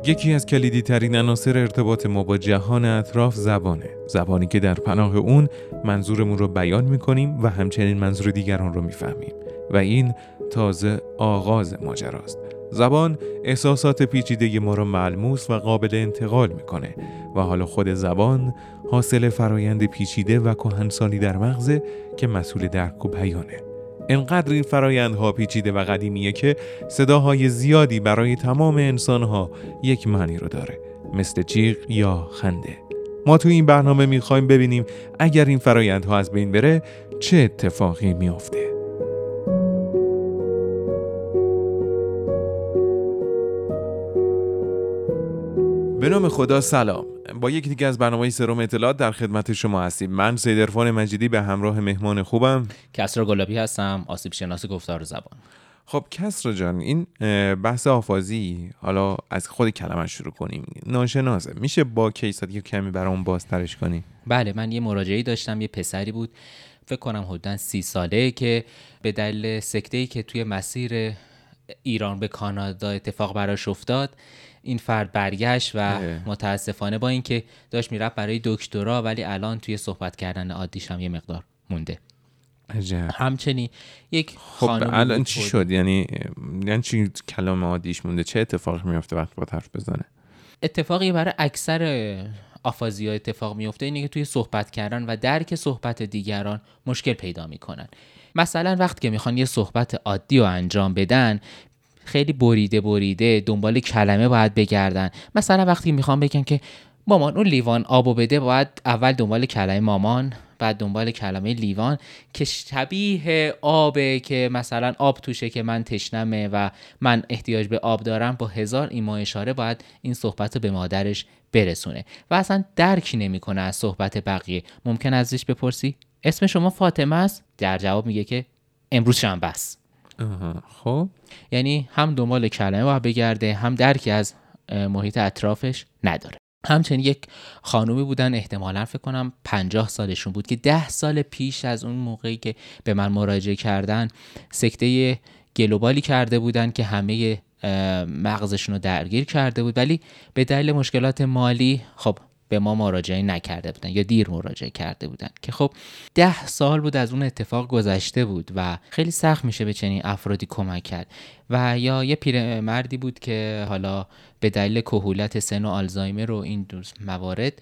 یکی از کلیدی ترین عناصر ارتباط ما با جهان اطراف زبانه. زبانی که در پناه اون منظورمون رو بیان میکنیم و همچنین منظور دیگران رو میفهمیم و این تازه آغاز ماجراست. زبان احساسات پیچیده ما رو ملموس و قابل انتقال میکنه و حالا خود زبان حاصل فرایند پیچیده و کهنسالی در مغزه که مسئول درک و بیانه. انقدر این فرایندها پیچیده و قدیمیه که صداهای زیادی برای تمام انسانها یک معنی رو داره، مثل جیغ یا خنده. ما تو این برنامه میخوایم ببینیم اگر این فرایندها از بین بره چه اتفاقی میافته. به نام خدا، سلام. با یکی دیگه از برنامه‌های سرم اطلاعات در خدمت شما هستیم. من سید عرفان مجیدی به همراه مهمان خوبم کسرا گلابی هستم، آسیب شناس گفتار زبان. خب کسرا جان، این بحث آفازی، حالا از خود کلمه شروع کنیم. ناشناسه، میشه با کیسات کمی برامون بازترش کنی؟ بله، من یه مراجعه‌ای داشتم، یه پسری بود فکر کنم حدوداً 30 ساله که به دلیل سکته‌ای که توی مسیر ایران به کانادا اتفاق براش افتاد، این فرد برگشت و متاسفانه با اینکه داشت میرفت برای دکترا ولی الان توی صحبت کردن عادیش هم یه مقدار مونده. عجب. همچنین یک خب الان چی شد؟ یعنی چی کلام عادیش مونده؟ چه اتفاقی میفته وقتی با حرف بزنه؟ اتفاقی برای اکثر آفازی‌ها اتفاق میفته اینه که توی صحبت کردن و درک صحبت دیگران مشکل پیدا میکنن. مثلا وقتی که میخوان یه صحبت عادی رو انجام بدن، خیلی بریده دنبال کلمه باید بگردن. مثلا وقتی میخوان بگن که مامان اون لیوان آبو بده، باید اول دنبال کلمه مامان، بعد دنبال کلمه لیوان که شبیه آبه، که مثلا آب توشه که من تشنمه و من احتیاج به آب دارم، با 1000 ایما اشاره باید این صحبت رو به مادرش برسونه و اصلا درکی نمیکنه از صحبت بقیه. ممکن ازش بپرسی اسم شما فاطمه است؟ در جواب میگه که امروز شنبه است. خب یعنی هم دنبال کلمه باید بگرده، هم درکی از محیط اطرافش نداره. همچنین یک خانومی بودن، احتمالاً فکر کنم 50 سالشون بود، که 10 سال پیش از اون موقعی که به من مراجعه کردن سکته گلوبالی کرده بودن که همه مغزشون رو درگیر کرده بود، ولی به دلیل مشکلات مالی خب به ما مراجعه نکرده بودن یا دیر مراجعه کرده بودن، که خب 10 سال بود از اون اتفاق گذشته بود و خیلی سخت میشه به چنین افرادی کمک کرد. و یا یه پیرمردی بود که حالا به دلیل کهولت سن و آلزایمر و این دو موارد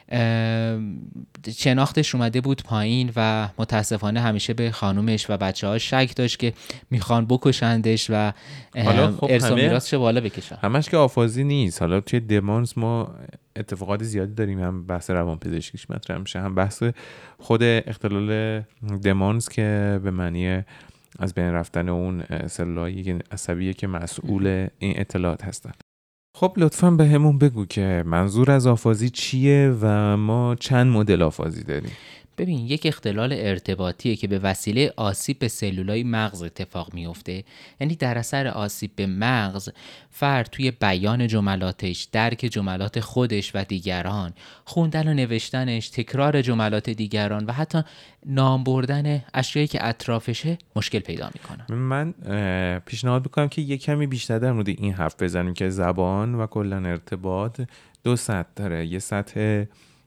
شناختش اومده بود پایین و متاسفانه همیشه به خانومش و بچه‌هاش شک داشت که میخوان بکشندش و ارث و میراثش بالا بکشن. همش که آفازی نیست. حالا توی دمانس ما اتفاقات زیادی داریم، هم بحث روانپزشکیش مطرح میشه، هم بحث خود اختلال دمانس که به معنی از بین رفتن اون سلولای عصبیه که مسئول این اطلاعات هستن. خب لطفاً به همون بگو که منظور از آفازی چیه و ما چند مدل آفازی داریم؟ ببین، یک اختلال ارتباطیه که به وسیله آسیب به سلولای مغز اتفاق میفته. یعنی در اثر آسیب به مغز، فرد توی بیان جملاتش، درک جملات خودش و دیگران، خوندن و نوشتنش، تکرار جملات دیگران و حتی نام بردن اشیایی که اطرافشه مشکل پیدا میکنه. من پیشنهاد میکنم که یک کمی بیشتر در مورد این حرف بزنیم که زبان و کلا ارتباط 2 سطح داره. یه سطح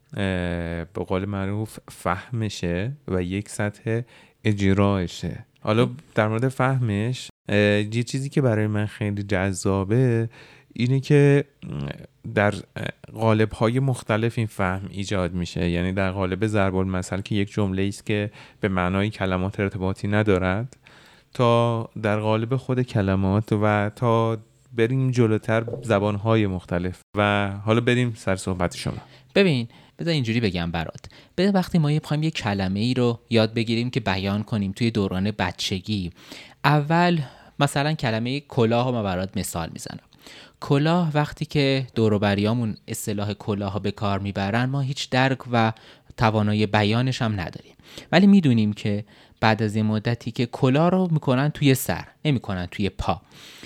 به قول معروف فهمشه و یک سطح اجراشه. حالا در مورد فهمش، یه چیزی که برای من خیلی جذابه اینه که در قالب‌های مختلف این فهم ایجاد میشه. یعنی در قالب ضرب المثل که یک جمله است که به معنای کلمات ارتباطی ندارد، تا در قالب خود کلمات و تا بریم جلوتر زبان‌های مختلف. و حالا بریم سر صحبت شما. ببین، بذار اینجوری بگم برات. وقتی ما بخوایم یه کلمه ای رو یاد بگیریم که بیان کنیم توی دوران بچگی، اول مثلا کلمه کلاه رو من برات مثال میزنم. کلاه، وقتی که دور و بریامون اصطلاح کلاه ها به کار میبرن، ما هیچ درک و توانایی بیانش هم نداریم، ولی میدونیم که بعد از یه مدتی که کلاه رو میکنن توی سر، نمیکنن توی پا.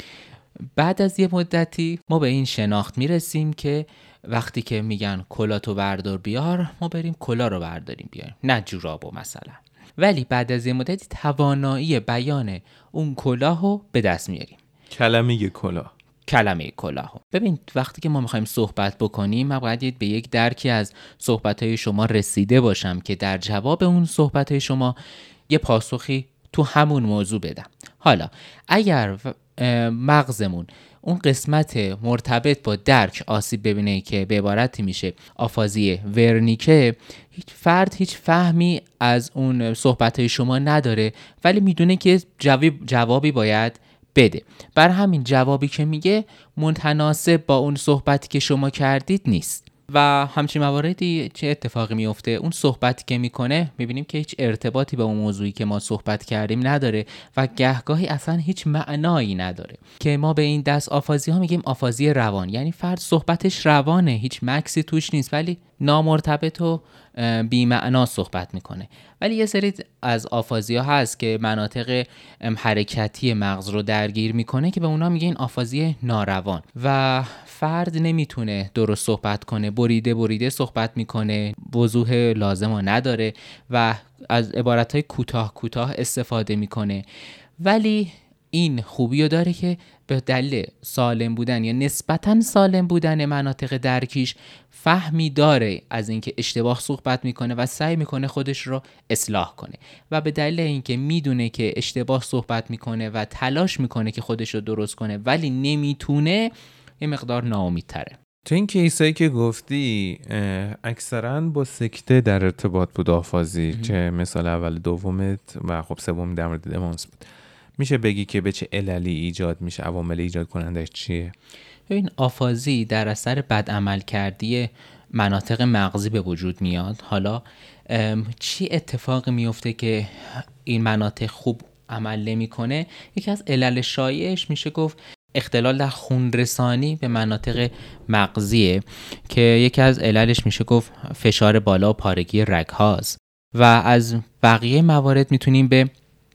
بعد از یه مدتی ما به این شناخت میرسیم که وقتی که میگن کلاه تو بردار بیار، ما بریم کلاه رو برداریم بیاریم، نه جورابو مثلا. ولی بعد از یه مدتی توانایی بیان اون کلاه رو به دست میاریم. کلمه کلاه کلمه کلاه. ببین وقتی که ما میخوایم صحبت بکنیم من باید به یک درکی از صحبت‌های شما رسیده باشم که در جواب اون صحبت‌های شما یه پاسخی تو همون موضوع بدم. حالا اگر مغزمون اون قسمت مرتبط با درک آسیب ببینه که به عبارتی میشه آفازی ورنیکه، هیچ فهمی از اون صحبت‌های شما نداره ولی میدونه که جوابی باید بده. بر همین جوابی که میگه متناسب با اون صحبتی که شما کردید نیست. و همچین مواردی چه اتفاقی میفته؟ اون صحبتی که میکنه میبینیم که هیچ ارتباطی به اون موضوعی که ما صحبت کردیم نداره و گهگاهی اصلا هیچ معنایی نداره که ما به این دست آفازی ها میگیم آفازی روان. یعنی فرد صحبتش روانه، هیچ مکسی توش نیست ولی نامرتبط و بی معنا صحبت میکنه. ولی یه سری از آفازی ها هست که مناطق حرکتی مغز رو درگیر میکنه که به اونا میگه این آفازی ناروان و فرد نمیتونه درست صحبت کنه، بریده صحبت میکنه، وضوح لازم رو نداره و از عبارتهای کوتاه استفاده میکنه. ولی این خوبی رو داره که به دلیل سالم بودن یا نسبتاً سالم بودن مناطق درکیش فهمی داره از اینکه اشتباه صحبت میکنه و سعی میکنه خودش رو اصلاح کنه و به دلیل اینکه میدونه که اشتباه صحبت میکنه و تلاش میکنه که خودش رو درست کنه ولی نمیتونه، یه مقدار ناامیدتره. تو این کیسایی که گفتی اکثرا با سکته در ارتباط بود آفازی، چه مثال اول دومت و خب سوم در مورد دمانس بود. میشه بگی که به چه عللی ایجاد میشه؟ عوامل ایجاد کنندش چیه؟ این آفازی در اثر بدعمل کردی مناطق مغزی به وجود میاد. حالا چی اتفاقی میفته که این مناطق خوب عمل نمیکنه؟ یکی از علل شایعش میشه گفت اختلال در خونرسانی به مناطق مغزیه که یکی از عللش میشه گفت فشار بالا و پارگی رگ هاست و از بقیه موارد میتونیم به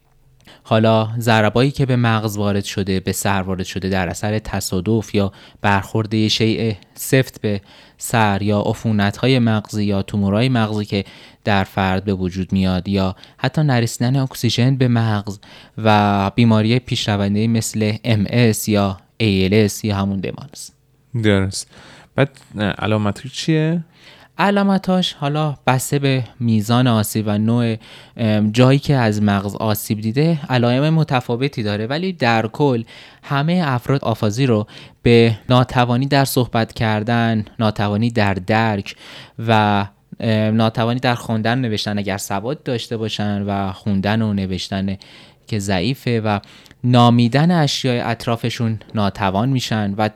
حالا ضربایی که به مغز وارد شده، به سر وارد شده در اثر تصادف یا برخورد شیء سفت به سر یا عفونت‌های مغزی یا تومورهای مغزی که در فرد به وجود میاد یا حتی نرسیدن اکسیژن به مغز و بیماری پیشرونده مثل MS یا ALS یا همون دمانس. درست. بعد علامتش چیه؟ علامتاش حالا بسته به میزان آسیب و نوع جایی که از مغز آسیب دیده علائم متفاوتی داره، ولی در کل همه افراد آفازی رو به ناتوانی در صحبت کردن، ناتوانی در درک و ناتوانی در خوندن و نوشتن اگر سواد داشته باشن و خوندن و نوشتن که ضعیفه و نامیدن اشیاء اطرافشون ناتوان میشن و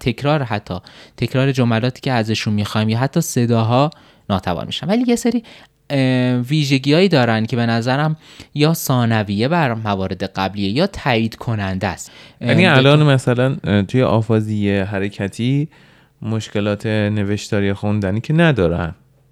تکرار جملاتی که ازشون میخوایم یا حتی صداها ناتوان میشن. ولی یه سری ویژگی‌هایی دارن که به نظرم یا ثانویه بر موارد قبلیه یا تایید کننده است. یعنی الان مثلا توی آفازی حرکتی مشکلات نوشتاری خوندنی که ندارن.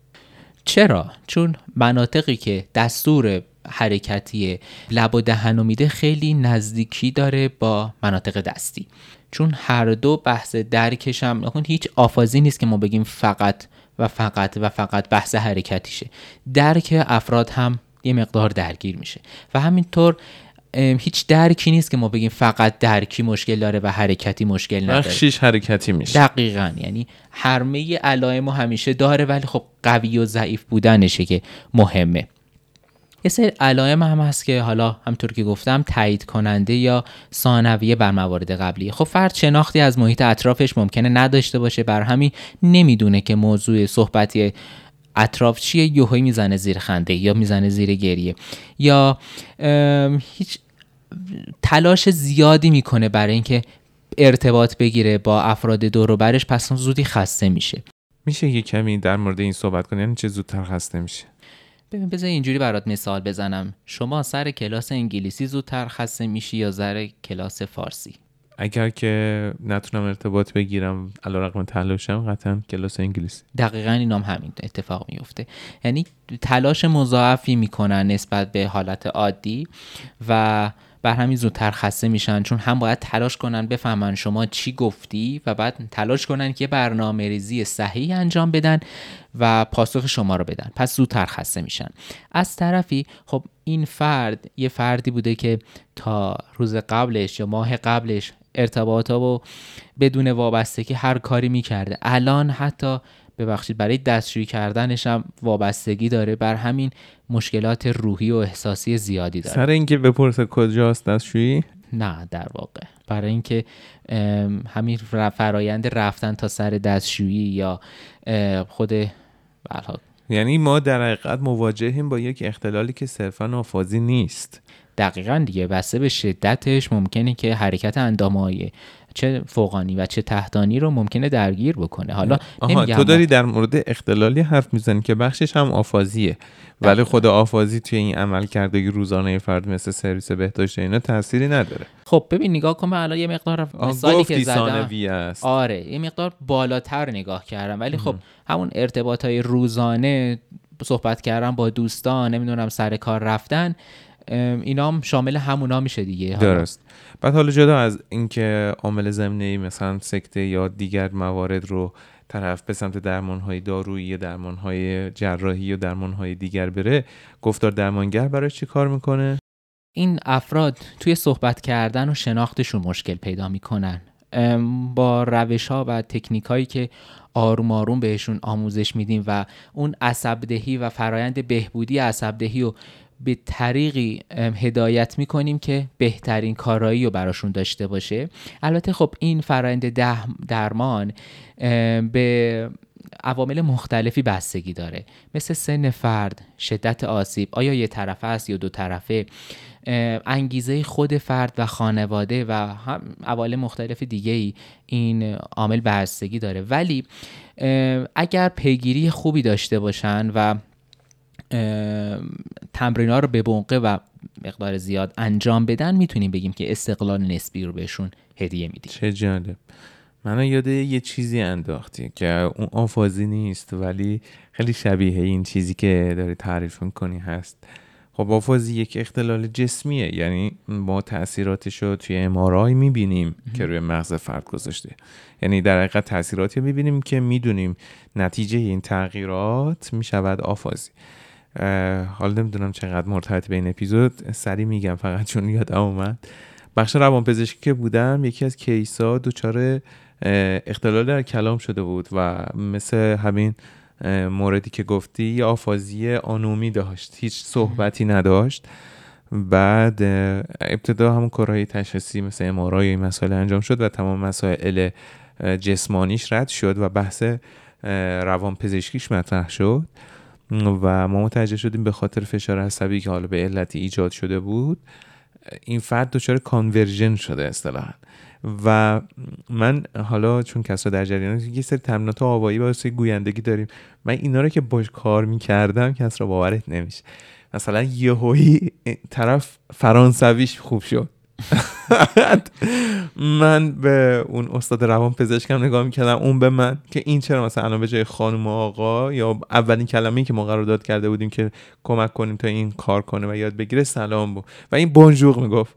چرا؟ چون مناطقی که دستور حرکتی لب و دهن میده خیلی نزدیکی داره با مناطق دستی، چون هر دو بحث درکش هم هیچ آفازی نیست که ما بگیم فقط بحث حرکتیشه. درک افراد هم یه مقدار درگیر میشه و همینطور هیچ درکی نیست که ما بگیم فقط درکی مشکل داره و حرکتی مشکل نداره. بخشش حرکتی میشه. دقیقاً، یعنی همه علائم همیشه داره ولی خب قوی و ضعیف بودنشه که مهمه. یه سری علائم هم هست که حالا همطور که گفتم تایید کننده یا ثانویه بر موارد قبلی. خب فرد شناختی از محیط اطرافش ممکنه نداشته باشه، بر همین نمیدونه که موضوع صحبتی اطراف چیه، یهویی میزنه زیر خنده یا میزنه زیر گریه یا هیچ تلاش زیادی میکنه برای اینکه ارتباط بگیره با افراد دور و برش، پس زودی خسته میشه. میشه یه کمی در مورد این صحبت کنی؟ یعنی چه زودتر خسته میشه؟ ببین بذار اینجوری برات مثال بزنم. شما سر کلاس انگلیسی زودتر خسته میشی یا سر کلاس فارسی؟ اگر که نتونم ارتباط بگیرم علیرغم تلاشم قطعا کلاس انگلیسی. دقیقاً اینام همین اتفاق میفته، یعنی تلاش مضاعفی میکنن نسبت به حالت عادی و بر همین زودتر خسته میشن، چون هم باید تلاش کنن بفهمن شما چی گفتی و بعد تلاش کنن که برنامه‌ریزی صحیح انجام بدن و پاسخ شما رو بدن، پس زودتر خسته میشن. از طرفی خب این فرد یه فردی بوده که تا روز قبلش یا ماه قبلش ارتباطا و بدون وابستگی هر کاری میکرده. الان حتی ببخشید برای دستشویی کردنش هم وابستگی داره، بر همین مشکلات روحی و احساسی زیادی داره. سر اینکه بپرسه کجاست دستشویی؟ نه، در واقع برای اینکه همین فرایند رفتن تا سر دستشویی یا خود برها، یعنی ما در حقیقت مواجهیم با یک اختلالی که صرفاً آفازی نیست. دقیقاً دیگه، بسته به شدتش ممکنه که حرکت اندام‌های چه فوقانی و چه تحتانی رو ممکنه درگیر بکنه. حالا تو داری در مورد اختلالی حرف میزنی که بخشش هم آفازیه، ولی خود آفازی توی این عمل کردگی روزانه فرد مثل سرویس بهداشت اینا تأثیری نداره. خب ببین نگاه کن، من الان یه مقدار مثالی که زدم است. آره یه مقدار بالاتر نگاه کردم، ولی خب همون ارتباطهای روزانه، صحبت کردن با دوستان، نمیدونم سر کار رفتن، اینا هم شامل همونا میشه دیگه. درست. بعد حالا جدا از اینکه عامل ضمنی مثلا سکته یا دیگر موارد رو طرف به سمت درمان‌های دارویی یا درمان‌های جراحی یا درمان‌های دیگر بره، گفتار درمانگر برای چی کار میکنه؟ این افراد توی صحبت کردن و شناختشون مشکل پیدا میکنن. با روش‌ها و تکنیکایی که آروم آروم بهشون آموزش میدیم و اون عصب‌دهی و فرایند بهبودی عصب‌دهی رو به طریقی هدایت میکنیم که بهترین کارایی رو براشون داشته باشه. البته خب این فرآیند درمان به عوامل مختلفی بستگی داره، مثل سن فرد، شدت آسیب، آیا یه طرفه است یا دو طرفه، انگیزه خود فرد و خانواده و هم عوامل مختلف دیگه‌ای این عامل بستگی داره. ولی اگر پیگیری خوبی داشته باشن و تمرین‌ها رو به موقع و مقدار زیاد انجام بدن، میتونیم بگیم که استقلال نسبی رو بهشون هدیه میدیم. چه جالب. منو یاد یه چیزی انداختی که اون آفازی نیست ولی خیلی شبیه این چیزی که داری تعریف میکنی هست. خب آفازی یک اختلال جسمیه، یعنی ما تأثیراتش رو توی MRI میبینیم که روی مغز فرد گذاشته. یعنی در حقیقت تأثیراتی میبینیم که میدونیم نتیجه این تغییرات میشود آفازی. حالا نمیدونم چقدر مرتبط به این اپیزود، سری میگم فقط چون یادم اومد. بخش روانپزشکی که بودم، یکی از کیسا دچار اختلال در کلام شده بود و مثل همین موردی که گفتی یه آفازی آنومی داشت، هیچ صحبتی نداشت. بعد ابتدا همون کارهای تشخیصی مثل MRI این مسائل انجام شد و تمام مسائل جسمانیش رد شد و بحث روانپزشکیش مطرح شد و ما متوجه شدیم به خاطر فشار عصبی که حالا به علتی ایجاد شده بود این فرد دچار کانورژن شده اصطلاحاً. و من حالا چون کسا در جریان یه سری تمرینات آوایی واسه گویندگی داریم، من اینا رو که باش کار می‌کردم کس را باورت نمیشه، مثلا یهویی طرف فرانسویش خوب شد. من به اون استاد روان پزشکم نگاه میکردم، اون به من که این چرا مثلا الان به جای خانم و آقا یا اولین کلمه‌ای که ما قرارداد کرده بودیم که کمک کنیم تا این کار کنه و یاد بگیره سلام بود و این بونژور میگفت.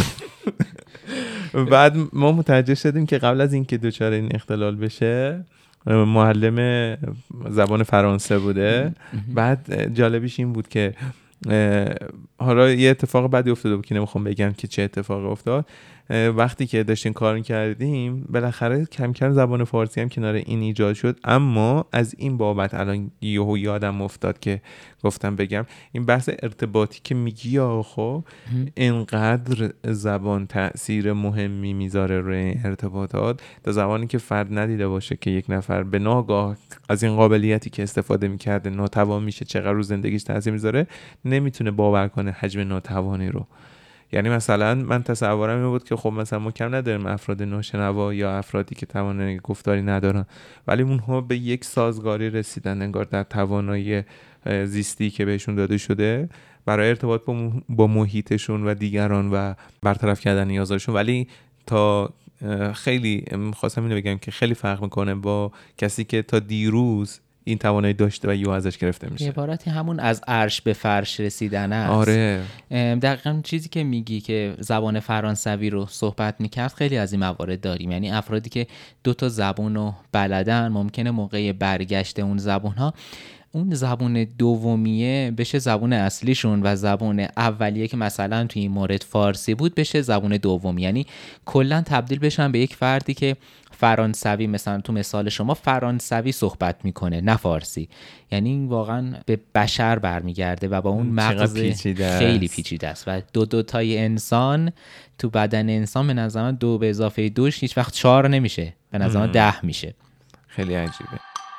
بعد ما متوجه شدیم که قبل از اینکه دچار این اختلال بشه معلم زبان فرانسه بوده. بعد جالبیش این بود که حالا یه اتفاق بدی افتاده بود که نمیخوام بگم که چه اتفاقی افتاد. وقتی که داشتیم کار میکردیم بالاخره کم کم زبان فارسی هم کنار این ایجاد شد، اما از این بابت الان یهو یادم افتاد که گفتم بگم این بحث ارتباطی که میگی یا خب اینقدر زبان تأثیر مهمی میذاره روی ارتباطات، تا زبانی که فرد ندیده باشه که یک نفر به ناگاه از این قابلیتی که استفاده میکرده ناتوان میشه چقدر رو زندگیش تاثیر میذاره، نمیتونه باور کنه حجم ناتوانی رو. یعنی مثلا من تصورم این بود که خب مثلا ما کم نداریم افراد ناشنوا یا افرادی که توانایی گفتاری ندارن، ولی اونها به یک سازگاری رسیدن انگار در توانایی زیستی که بهشون داده شده برای ارتباط با محیطشون و دیگران و برطرف کردن نیازشون. ولی تا خیلی خواستم اینو بگم که خیلی فرق میکنه با کسی که تا دیروز این توانایی داشته و یهو ازش گرفته میشه. عبارتی همون از عرش به فرش رسیدن است. آره دقیقاً چیزی که میگی که زبان فرانسوی رو صحبت میکرد، خیلی از این موارد داریم. یعنی افرادی که 2 زبون رو بلدن ممکنه موقع برگشت اون زبونها اون زبون دومیه بشه زبون اصلیشون و زبون اولیه که مثلا توی این مورد فارسی بود بشه زبون دوم. یعنی کلا تبدیل بشن به یک فردی که فرانسوی، مثلا تو مثال شما فرانسوی صحبت میکنه نه فارسی. یعنی این واقعا به بشر برمیگرده و با اون مغز خیلی پیچیده است و دو تای انسان تو بدن انسان به نظر من 2 به اضافه 2 هیچ وقت 4 نمیشه، به نظر من 10 میشه. خیلی عجیبه.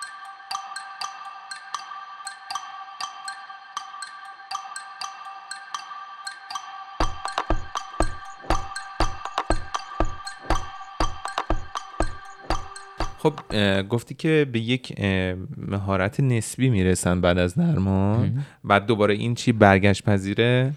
خب گفتی که به یک مهارت نسبی میرسن بعد از درمان، بعد دوباره این چی برگشت پذیره؟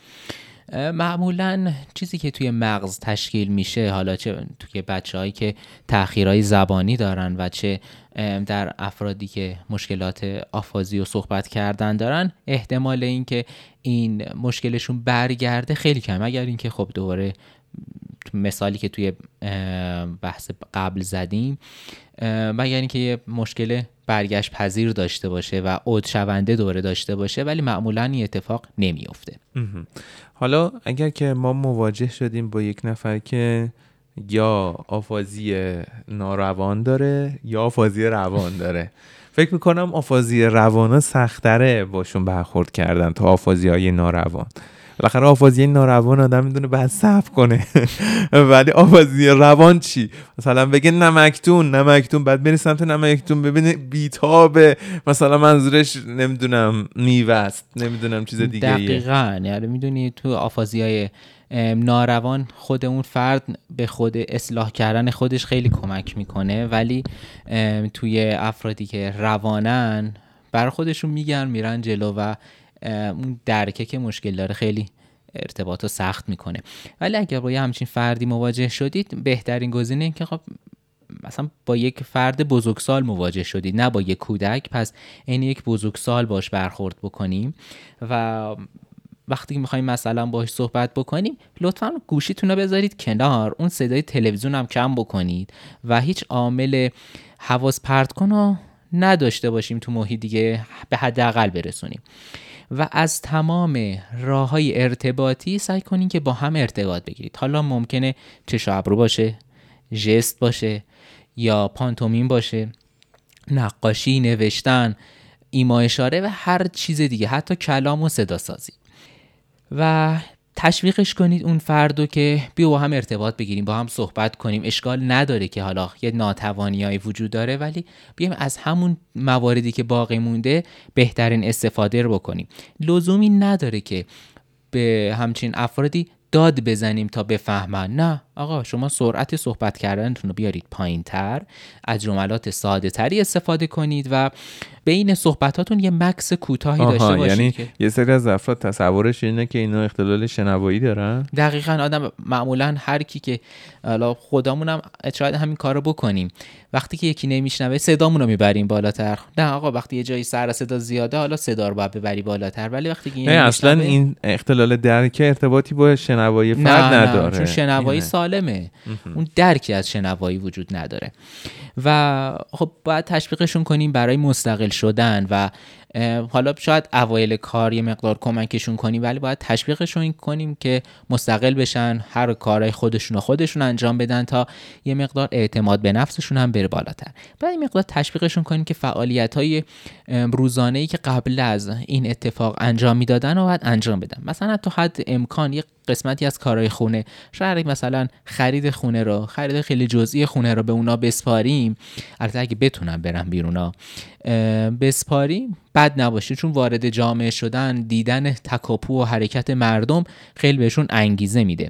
معمولا چیزی که توی مغز تشکیل میشه، حالا چه توی بچه‌هایی که تأخیرهای زبانی دارن و چه در افرادی که مشکلات آفازی و صحبت کردن دارن، احتمال این که این مشکلشون برگرده خیلی کم، اگر اینکه خب دوباره مثالی که توی بحث قبل زدیم، مگر اینکه یه مشکل برگشت پذیر داشته باشه و عود شونده دوره داشته باشه، ولی معمولا این اتفاق نمیفته. حالا اگر که ما مواجه شدیم با یک نفر که یا آفازی ناروان داره یا آفازی روان داره، فکر میکنم آفازی روان سخت‌تره باشون برخورد کردن تا آفازی های ناروان. بالاخره آفازی ناروان آدم میدونه بعد صبر کنه ولی آفازی روان چی؟ مثلا بگه نمکتون بعد بری سمت نمکتون ببینه بیتابه، مثلا منظورش نمیدونم میوه است، نمیدونم چیز دیگه. دقیقاً. یعنی میدونی تو آفازیای ناروان خود اون فرد به خود اصلاح کردن خودش خیلی کمک میکنه، ولی توی افرادی که روانن بر خودشون میگن میرن جلو و اون درکه که مشکل داره خیلی ارتباطو سخت میکنه. ولی اگر با یه همچین فردی مواجه شدید، بهترین گزینه این که خب مثلا با یک فرد بزرگسال مواجه شدید، نه با یک کودک، پس این یک بزرگسال باش برخورد بکنیم و وقتی که میخوایم مثلا باش صحبت بکنیم لطفاً گوشیتون رو بذارید کنار، اون صدای تلویزیون هم کم بکنید و هیچ عامل حواس پرت کن رو نداشته باشیم تو محیط دیگه، به حداقل برسونیم. و از تمام راه‌های ارتباطی سعی کنین که با هم ارتباط بگیرید. حالا ممکنه چشم و ابرو باشه، ژست باشه یا پانتومیم باشه، نقاشی، نوشتن، ایما اشاره و هر چیز دیگه، حتی کلام و صدا سازی. و تشویقش کنید اون فردو که بیا با هم ارتباط بگیریم، با هم صحبت کنیم. اشکال نداره که حالا یه ناتوانیایی وجود داره، ولی بیایم از همون مواردی که باقی مونده بهترین استفاده رو بکنیم. لزومی نداره که به همچین افرادی داد بزنیم تا بفهمن. نه آقا، شما سرعت صحبت کردنتون رو بیارید پایین‌تر، از جملات ساده‌تری استفاده کنید و بین صحبتاتون یه مکس کوتاهی داشته باشید. یعنی که یه سری از افراد تصورش اینه که اینا اختلال شنوایی دارن. دقیقاً. آدم معمولاً هر کی که حالا خودمونم شاید همین کارو بکنیم، وقتی که یکی نمیشنوه صدامون رو میبریم بالاتر. نه آقا، وقتی یه جایی سر صدا زیاده حالا صدا رو باید ببری بالاتر، ولی وقتی که نه اصلا این اختلال درک ارتباطی با شنوایی فرد نداره. چون شنوایی سالمه، اون درکی از شنوایی وجود نداره. و خب باید تشویقشون کنیم برای مستقل شدن و حالا شاید اوایل کار یه مقدار کمکشون کنیم، ولی باید تشویقشون کنیم که مستقل بشن، هر کارهای خودشون انجام بدن تا یه مقدار اعتماد به نفسشون هم بره بالاتر. باید یه مقدار تشویقشون کنیم که فعالیت‌های روزانه‌ای که قبل از این اتفاق انجام میدادن رو باید انجام بدن. مثلا تو حد امکان یه قسمتی از کارهای خونه، شاید مثلا خرید خیلی جزئی خونه رو به اونا بسپاریم. البته اگه بتونن برن بیرونا بسپاریم بد نباشه، چون وارد جامعه شدن، دیدن تکاپو و حرکت مردم خیلی بهشون انگیزه میده.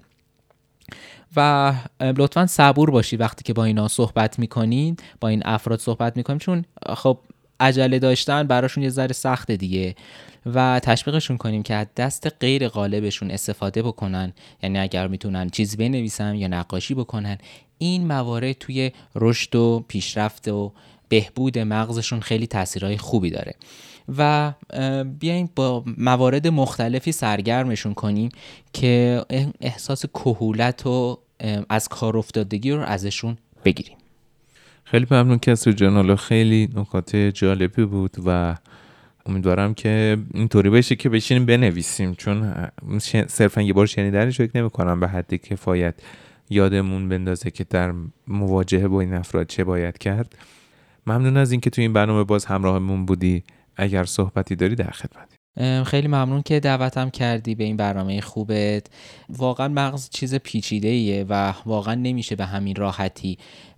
و لطفاً صبور باشید وقتی که با اینا صحبت میکنید، با این افراد صحبت میکنید، چون خب عجله داشتن براشون یه ذره سخته دیگه. و تشویقشون کنیم که از دست غیر غالبشون استفاده بکنن، یعنی اگر میتونن چیزی بنویسن یا نقاشی بکنن. این موارد توی رشد و پیشرفت و بهبود مغزشون خیلی تاثیرهای خوبی داره. و بیایم با موارد مختلفی سرگرمشون کنیم که احساس کهولت و از کار افتادگی رو ازشون بگیریم. خیلی ممنون کسر جان، خیلی نکات جالبی بود و امیدوارم که اینطوری بشه که بشینیم بنویسیم، چون صرفا یه بار شنیدنش فکر نمی‌کنم به حد کفایت یادمون بندازه که در مواجهه با این افراد چه باید کرد. ممنون از اینکه تو این برنامه باز همراهمون بودی. اگر صحبتی داری در خدمتی. خیلی ممنون که دعوتم کردی به این برنامه خوبت. واقعا مغز چیز پیچیده‌ایه و واقعا نمیشه به همین راحتی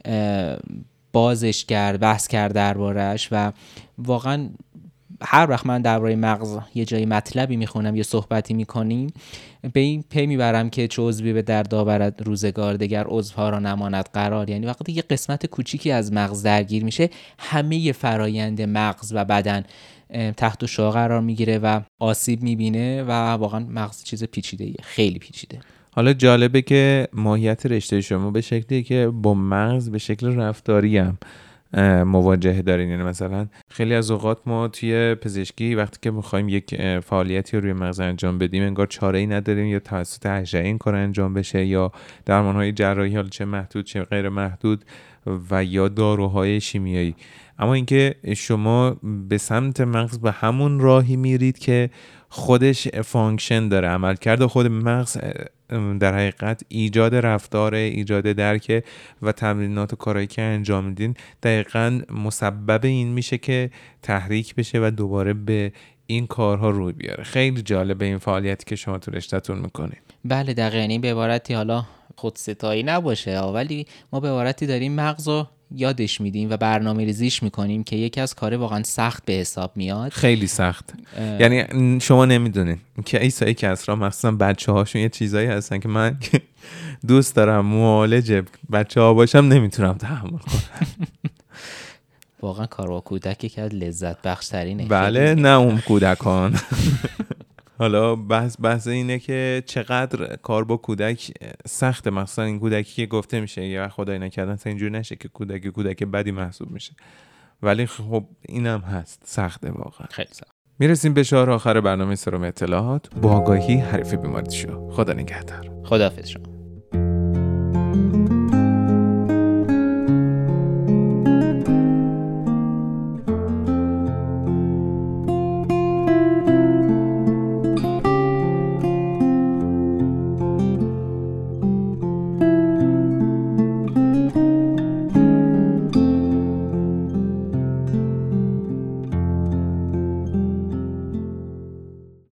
بازش کرد، بحث کرد دربارش. و واقعا هر وقت من درباره مغز یه جایی مطلبی میخونم یا صحبتی میکنیم، به این پی میبرم که چه عضوی به درد آورد روزگار، دگر عضوها را نماند قرار. یعنی وقتی یه قسمت کوچیکی از مغز درگیر میشه، همه فرایند مغز و بدن تحت شعاع قرار میگیره و آسیب میبینه و واقعا مغز چیز پیچیده‌ایه، خیلی پیچیده. حالا جالبه که ماهیت رشته شما به شکلی که با مغز به شکل رفتاری هم مواجهه دارین. یعنی مثلا خیلی از اوقات ما توی پزشکی وقتی که می‌خوایم یک فعالیتی رو روی مغز انجام بدیم، انگار چاره‌ای نداریم، یا توسط اشعه این کار انجام بشه، یا درمان‌های جراحی، حالا چه محدود چه غیر محدود، و یا داروهای شیمیایی. اما اینکه شما به سمت مغز به همون راهی میرید که خودش فانکشن داره، عملکرد خود مغز در حقیقت ایجاد رفتار، ایجاد درک و تمرینات و کارهایی که انجام میدین دقیقاً مسبب این میشه که تحریک بشه و دوباره به این کارها روی بیاره. خیلی جالبه این فعالیتی که شما تو رشته‌تون میکنید. بله دقیقاً. این به عبارتی، حالا خودستایی نباشه، ولی ما به عبارتی داریم مغزو یادش میدیم و برنامه ریزیش میکنیم که یکی از کار واقعا سخت به حساب میاد. خیلی سخت. یعنی شما نمیدونین که عیسی کسرا مخصوصا بچه‌هاشون یه چیزایی هستن که من دوست دارم معالج بچه‌ها باشم نمیتونم تحمل کنم. واقعا کار با کودک یکی از لذت بخش ترینه. بله، نه اون کودکان. حالا بحث اینه که چقدر کار با کودک سخته، مثلا این کودکی که گفته میشه یا خدای نکردن اینجوری نشه که کودک بدی محسوب میشه، ولی خب اینم هست، سخته واقعا، خیلی سخت. میرسیم به شعار آخر برنامه سرم اطلاعات. با آگاهی حریف بیماری شو. خدا نگهدار. خداحافظ شما.